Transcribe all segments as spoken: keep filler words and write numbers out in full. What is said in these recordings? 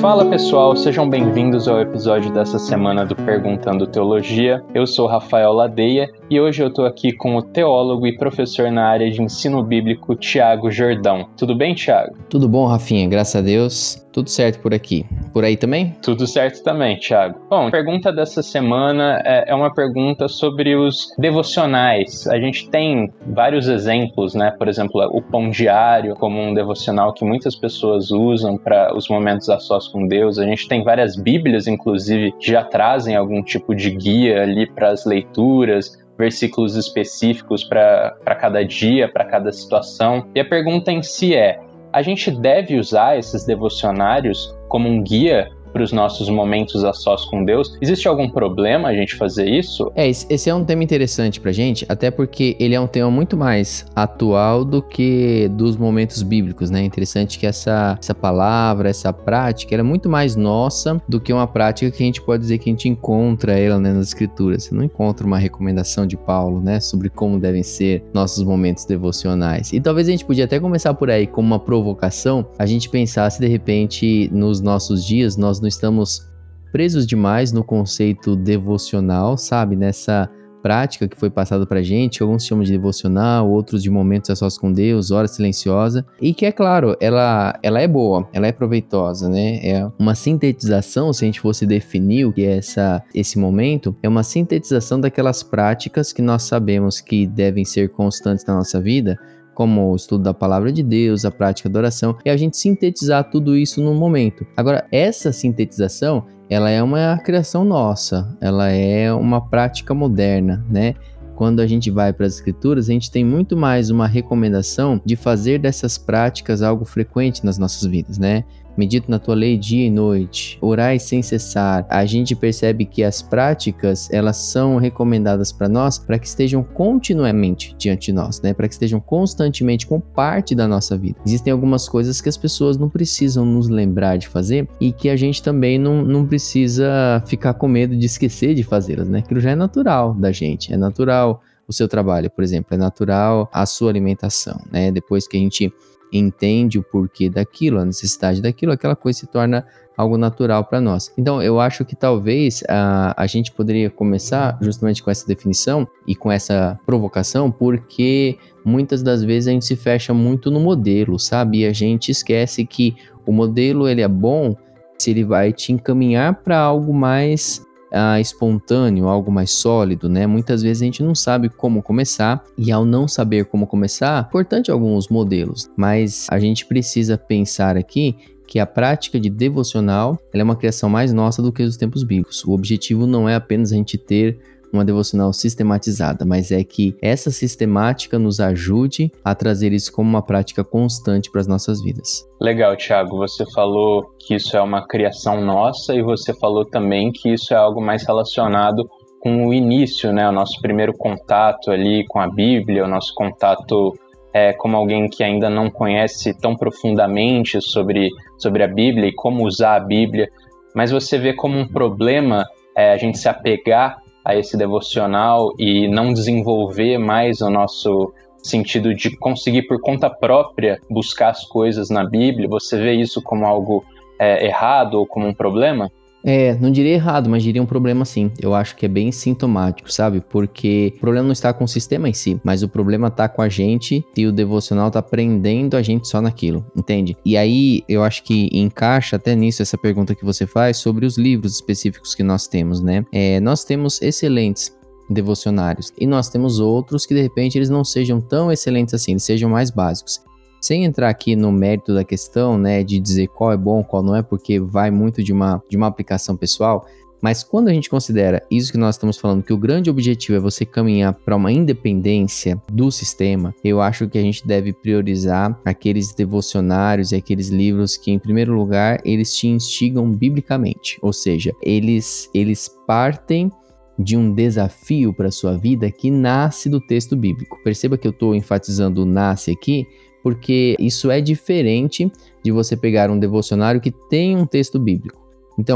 Fala pessoal, sejam bem-vindos ao episódio dessa semana do Perguntando Teologia. Eu sou Rafael Ladeia e hoje eu tô aqui com o teólogo e professor na área de ensino bíblico Thiago Jordão. Tudo bem, Thiago? Tudo bom, Rafinha? Graças a Deus. Tudo certo por aqui. Por aí também? Tudo certo também, Thiago. Bom, a pergunta dessa semana é uma pergunta sobre os devocionais. A gente tem vários exemplos, né? Por exemplo, o Pão Diário, como um devocional que muitas pessoas usam para os momentos a sós com Deus. A gente tem várias bíblias, inclusive, que já trazem algum tipo de guia ali para as leituras, versículos específicos para cada dia, para cada situação. E a pergunta em si é: a gente deve usar esses devocionários como um guia para os nossos momentos a sós com Deus? Existe algum problema a gente fazer isso? É, esse é um tema interessante pra gente, até porque ele é um tema muito mais atual do que dos momentos bíblicos, né? Interessante que essa, essa palavra, essa prática, ela é muito mais nossa do que uma prática que a gente pode dizer que a gente encontra ela, né, nas escrituras. Você não encontra uma recomendação de Paulo, né, sobre como devem ser nossos momentos devocionais. E talvez a gente podia até começar por aí, como uma provocação, a gente pensar se de repente nos nossos dias nós não estamos presos demais no conceito devocional, sabe? Nessa prática que foi passada pra gente, alguns chamam de devocional, outros de momentos a sós com Deus, hora silenciosa, e que é claro, ela, ela é boa, ela é proveitosa, né? É uma sintetização, se a gente fosse definir o que é essa, esse momento, é uma sintetização daquelas práticas que nós sabemos que devem ser constantes na nossa vida, como o estudo da palavra de Deus, a prática da oração, e a gente sintetizar tudo isso num momento. Agora, essa sintetização, ela é uma criação nossa, ela é uma prática moderna, né? Quando a gente vai para as escrituras, a gente tem muito mais uma recomendação de fazer dessas práticas algo frequente nas nossas vidas, né? Medita na tua lei dia e noite, orai sem cessar. A gente percebe que as práticas, elas são recomendadas para nós para que estejam continuamente diante de nós, né? Para que estejam constantemente com parte da nossa vida. Existem algumas coisas que as pessoas não precisam nos lembrar de fazer e que a gente também não, não precisa ficar com medo de esquecer de fazê-las, né? Aquilo já é natural da gente, é natural o seu trabalho, por exemplo, é natural a sua alimentação, né? Depois que a gente entende o porquê daquilo, a necessidade daquilo, aquela coisa se torna algo natural para nós. Então, eu acho que talvez a, a gente poderia começar justamente com essa definição e com essa provocação, porque muitas das vezes a gente se fecha muito no modelo, sabe? E a gente esquece que o modelo, ele é bom se ele vai te encaminhar para algo mais Uh, espontâneo, algo mais sólido, né? Muitas vezes a gente não sabe como começar e ao não saber como começar, é importante alguns modelos, mas a gente precisa pensar aqui que a prática de devocional, ela é uma criação mais nossa do que os tempos bíblicos. O objetivo não é apenas a gente ter uma devocional sistematizada, mas é que essa sistemática nos ajude a trazer isso como uma prática constante para as nossas vidas. Legal, Thiago. Você falou que isso é uma criação nossa e você falou também que isso é algo mais relacionado com o início, né? O nosso primeiro contato ali com a Bíblia, o nosso contato é, como alguém que ainda não conhece tão profundamente sobre, sobre a Bíblia e como usar a Bíblia. Mas você vê como um problema é, a gente se apegar a esse devocional e não desenvolver mais o nosso sentido de conseguir por conta própria buscar as coisas na Bíblia? Você vê isso como algo é, errado ou como um problema? É, não diria errado, mas diria um problema sim. Eu acho que é bem sintomático, sabe? Porque o problema não está com o sistema em si, mas o problema está com a gente e o devocional está prendendo a gente só naquilo, entende? E aí, eu acho que encaixa até nisso essa pergunta que você faz sobre os livros específicos que nós temos, né? É, nós temos excelentes devocionários e nós temos outros que de repente eles não sejam tão excelentes assim, eles sejam mais básicos. Sem entrar aqui no mérito da questão, né, de dizer qual é bom, qual não é, porque vai muito de uma, de uma aplicação pessoal, mas quando a gente considera isso que nós estamos falando, que o grande objetivo é você caminhar para uma independência do sistema, eu acho que a gente deve priorizar aqueles devocionários e aqueles livros que, em primeiro lugar, eles te instigam biblicamente, ou seja, eles, eles partem de um desafio para a sua vida que nasce do texto bíblico. Perceba que eu estou enfatizando o nasce aqui, porque isso é diferente de você pegar um devocionário que tem um texto bíblico. Então,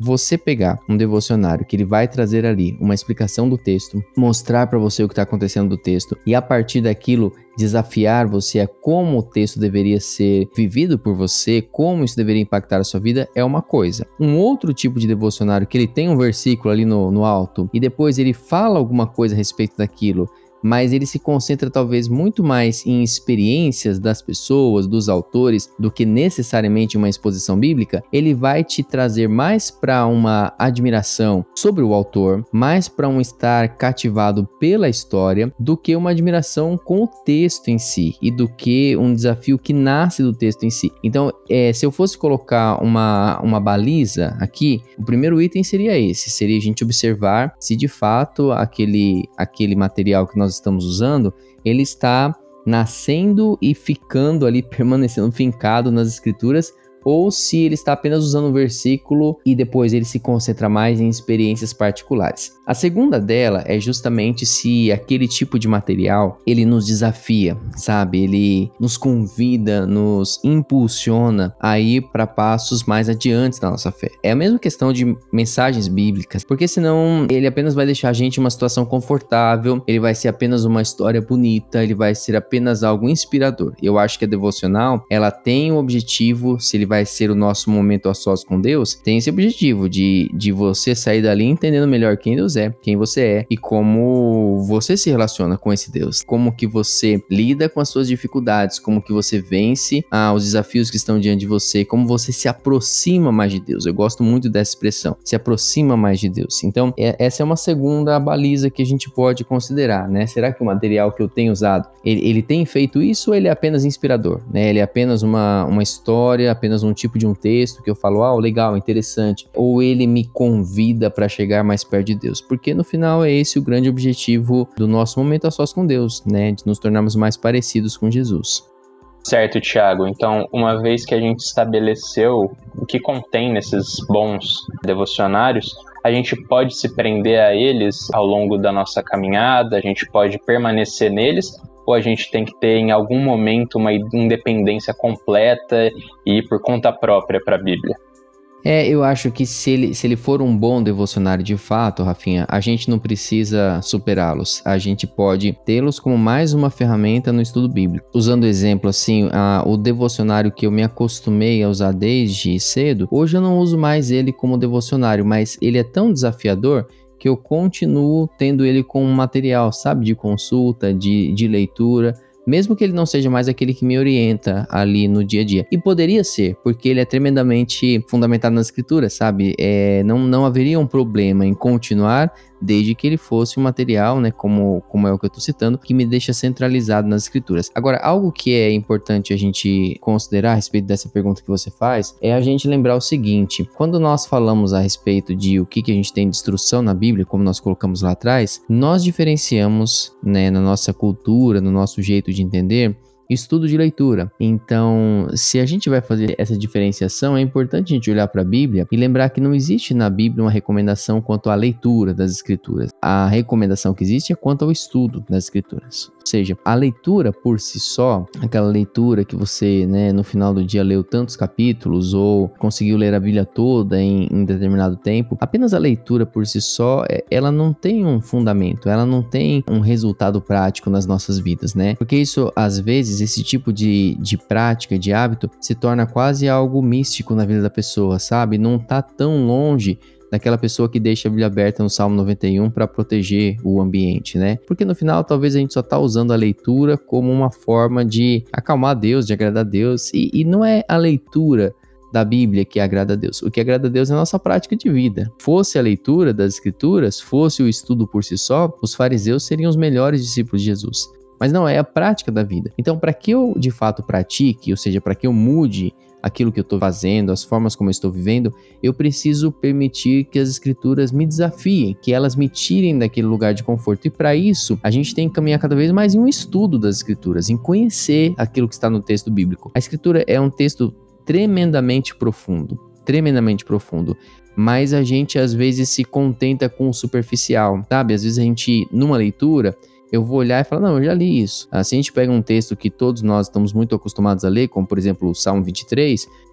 você pegar um devocionário que ele vai trazer ali uma explicação do texto, mostrar para você o que está acontecendo do texto e a partir daquilo desafiar você a como o texto deveria ser vivido por você, como isso deveria impactar a sua vida, é uma coisa. Um outro tipo de devocionário que ele tem um versículo ali no, no alto e depois ele fala alguma coisa a respeito daquilo, mas ele se concentra talvez muito mais em experiências das pessoas, dos autores, do que necessariamente uma exposição bíblica, ele vai te trazer mais para uma admiração sobre o autor, mais para um estar cativado pela história, do que uma admiração com o texto em si, e do que um desafio que nasce do texto em si. Então, é, se eu fosse colocar uma, uma baliza aqui, o primeiro item seria esse, seria a gente observar se de fato aquele, aquele material que nós estamos usando, ele está nascendo e ficando ali, permanecendo fincado nas escrituras, ou se ele está apenas usando um versículo e depois ele se concentra mais em experiências particulares. A segunda dela é justamente se aquele tipo de material, ele nos desafia, sabe? Ele nos convida, nos impulsiona a ir para passos mais adiante na nossa fé. É a mesma questão de mensagens bíblicas, porque senão ele apenas vai deixar a gente em uma situação confortável, ele vai ser apenas uma história bonita, ele vai ser apenas algo inspirador. Eu acho que a devocional, ela tem o objetivo, se ele vai ser o nosso momento a sós com Deus, tem esse objetivo de, de você sair dali entendendo melhor quem Deus é, quem você é e como você se relaciona com esse Deus, como que você lida com as suas dificuldades, como que você vence ah, os desafios que estão diante de você, como você se aproxima mais de Deus. Eu gosto muito dessa expressão, se aproxima mais de Deus. Então, é, essa é uma segunda baliza que a gente pode considerar, né? Será que o material que eu tenho usado, ele, ele tem feito isso ou ele é apenas inspirador, né? Ele é apenas uma, uma história, apenas um tipo de um texto que eu falo, ah, legal, interessante, ou ele me convida para chegar mais perto de Deus, porque no final é esse o grande objetivo do nosso momento a sós com Deus, né, de nos tornarmos mais parecidos com Jesus. Certo, Thiago. Então, uma vez que a gente estabeleceu o que contém nesses bons devocionários, a gente pode se prender a eles ao longo da nossa caminhada, a gente pode permanecer neles, ou a gente tem que ter em algum momento uma independência completa e ir por conta própria para a Bíblia? É, eu acho que se ele, se ele for um bom devocionário de fato, Rafinha, a gente não precisa superá-los. A gente pode tê-los como mais uma ferramenta no estudo bíblico. Usando o exemplo assim, a, o devocionário que eu me acostumei a usar desde cedo, hoje eu não uso mais ele como devocionário, mas ele é tão desafiador que eu continuo tendo ele como material, sabe, de consulta, de, de leitura, mesmo que ele não seja mais aquele que me orienta ali no dia a dia. E poderia ser, porque ele é tremendamente fundamentado nas escrituras, sabe? É, não, não haveria um problema em continuar, desde que ele fosse um material, né, como, como é o que eu estou citando, que me deixa centralizado nas escrituras. Agora, algo que é importante a gente considerar a respeito dessa pergunta que você faz, é a gente lembrar o seguinte: quando nós falamos a respeito de o que, que a gente tem de instrução na Bíblia, como nós colocamos lá atrás, nós diferenciamos, né, na nossa cultura, no nosso jeito de entender, estudo de leitura. Então, se a gente vai fazer essa diferenciação, é importante a gente olhar para a Bíblia e lembrar que não existe na Bíblia uma recomendação quanto à leitura das Escrituras. A recomendação que existe é quanto ao estudo das Escrituras. Ou seja, a leitura por si só, aquela leitura que você, né, no final do dia leu tantos capítulos ou conseguiu ler a Bíblia toda em, em determinado tempo, apenas a leitura por si só, ela não tem um fundamento, ela não tem um resultado prático nas nossas vidas, né? Porque isso, às vezes, esse tipo de, de prática, de hábito, se torna quase algo místico na vida da pessoa, sabe? Não tá tão longe daquela pessoa que deixa a Bíblia aberta no Salmo noventa e um para proteger o ambiente, né? Porque no final, talvez a gente só tá usando a leitura como uma forma de acalmar Deus, de agradar a Deus, e, e não é a leitura da Bíblia que agrada a Deus. O que agrada a Deus é a nossa prática de vida. Fosse a leitura das Escrituras, fosse o estudo por si só, os fariseus seriam os melhores discípulos de Jesus. Mas não é a prática da vida. Então, para que eu de fato pratique, ou seja, para que eu mude aquilo que eu estou fazendo, as formas como eu estou vivendo, eu preciso permitir que as escrituras me desafiem, que elas me tirem daquele lugar de conforto. E para isso, a gente tem que caminhar cada vez mais em um estudo das escrituras, em conhecer aquilo que está no texto bíblico. A escritura é um texto tremendamente profundo, tremendamente profundo. Mas a gente às vezes se contenta com o superficial, sabe? Às vezes a gente, numa leitura, eu vou olhar e falar, não, eu já li isso. Se a gente pega um texto que todos nós estamos muito acostumados a ler, como por exemplo o Salmo vinte e três,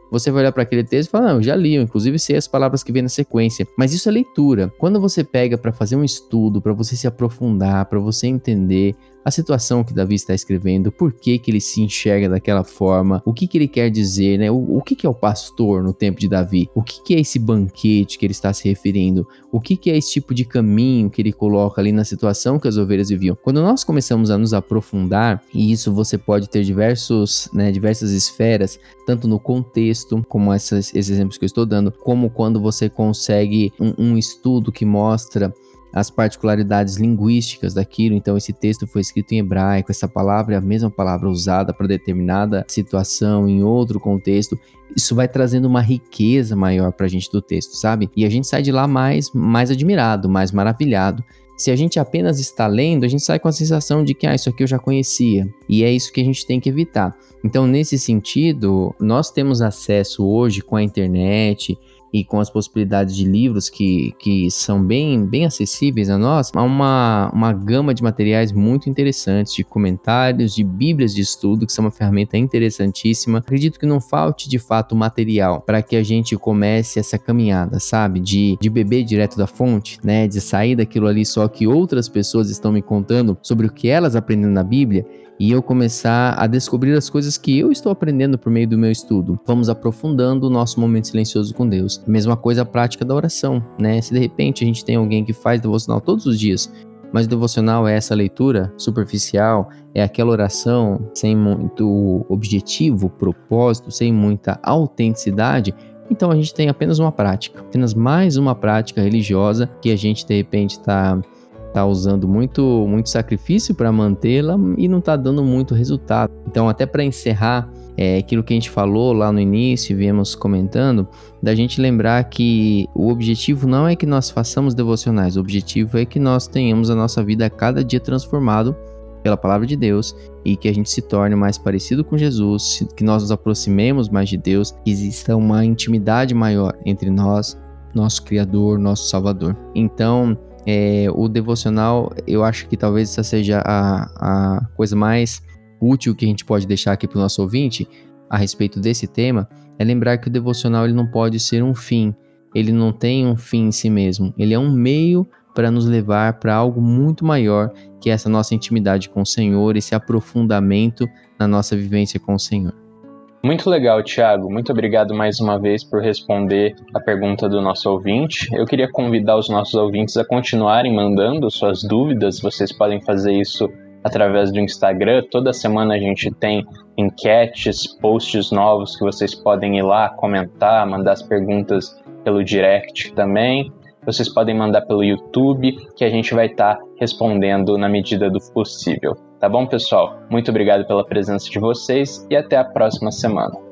você vai olhar para aquele texto e falar, não, eu já li, eu inclusive sei as palavras que vem na sequência. Mas isso é leitura. Quando você pega para fazer um estudo, para você se aprofundar, para você entender a situação que Davi está escrevendo, por que que ele se enxerga daquela forma, o que que ele quer dizer, né? O, o que que é o pastor no tempo de Davi? O que que é esse banquete que ele está se referindo? O que que é esse tipo de caminho que ele coloca ali na situação que as ovelhas viviam? Quando nós começamos a nos aprofundar, e isso você pode ter diversos, né, diversas esferas, tanto no contexto, como essas, esses exemplos que eu estou dando, como quando você consegue um, um estudo que mostra as particularidades linguísticas daquilo. Então esse texto foi escrito em hebraico, essa palavra é a mesma palavra usada para determinada situação em outro contexto. Isso vai trazendo uma riqueza maior para a gente do texto, sabe? E a gente sai de lá mais, mais admirado, mais maravilhado. Se a gente apenas está lendo, a gente sai com a sensação de que ah, isso aqui eu já conhecia. E é isso que a gente tem que evitar. Então, nesse sentido, nós temos acesso hoje com a internet e com as possibilidades de livros que, que são bem, bem acessíveis a nós, há uma, uma gama de materiais muito interessantes, de comentários, de bíblias de estudo, que são uma ferramenta interessantíssima. Acredito que não falte, de fato, material para que a gente comece essa caminhada, sabe? De, de beber direto da fonte, né? De sair daquilo ali só que outras pessoas estão me contando sobre o que elas aprenderam na Bíblia, e eu começar a descobrir as coisas que eu estou aprendendo por meio do meu estudo. Vamos aprofundando o nosso momento silencioso com Deus. Mesma coisa a prática da oração, né? Se de repente a gente tem alguém que faz devocional todos os dias, mas o devocional é essa leitura superficial, é aquela oração sem muito objetivo, propósito, sem muita autenticidade, então a gente tem apenas uma prática, apenas mais uma prática religiosa que a gente de repente está tá usando muito, muito sacrifício para mantê-la e não está dando muito resultado. Então, até para encerrar, é, aquilo que a gente falou lá no início, viemos comentando, da gente lembrar que o objetivo não é que nós façamos devocionais, o objetivo é que nós tenhamos a nossa vida a cada dia transformado pela palavra de Deus e que a gente se torne mais parecido com Jesus, que nós nos aproximemos mais de Deus, que exista uma intimidade maior entre nós, nosso Criador, nosso Salvador. Então, É, o devocional, eu acho que talvez essa seja a, a coisa mais útil que a gente pode deixar aqui para o nosso ouvinte a respeito desse tema, é lembrar que o devocional ele não pode ser um fim, ele não tem um fim em si mesmo, ele é um meio para nos levar para algo muito maior, que é essa nossa intimidade com o Senhor, esse aprofundamento na nossa vivência com o Senhor. Muito legal, Thiago. Muito obrigado mais uma vez por responder a pergunta do nosso ouvinte. Eu queria convidar os nossos ouvintes a continuarem mandando suas dúvidas. Vocês podem fazer isso através do Instagram. Toda semana a gente tem enquetes, posts novos que vocês podem ir lá comentar, mandar as perguntas pelo direct também. Vocês podem mandar pelo YouTube, que a gente vai estar respondendo na medida do possível. Tá bom, pessoal? Muito obrigado pela presença de vocês e até a próxima semana.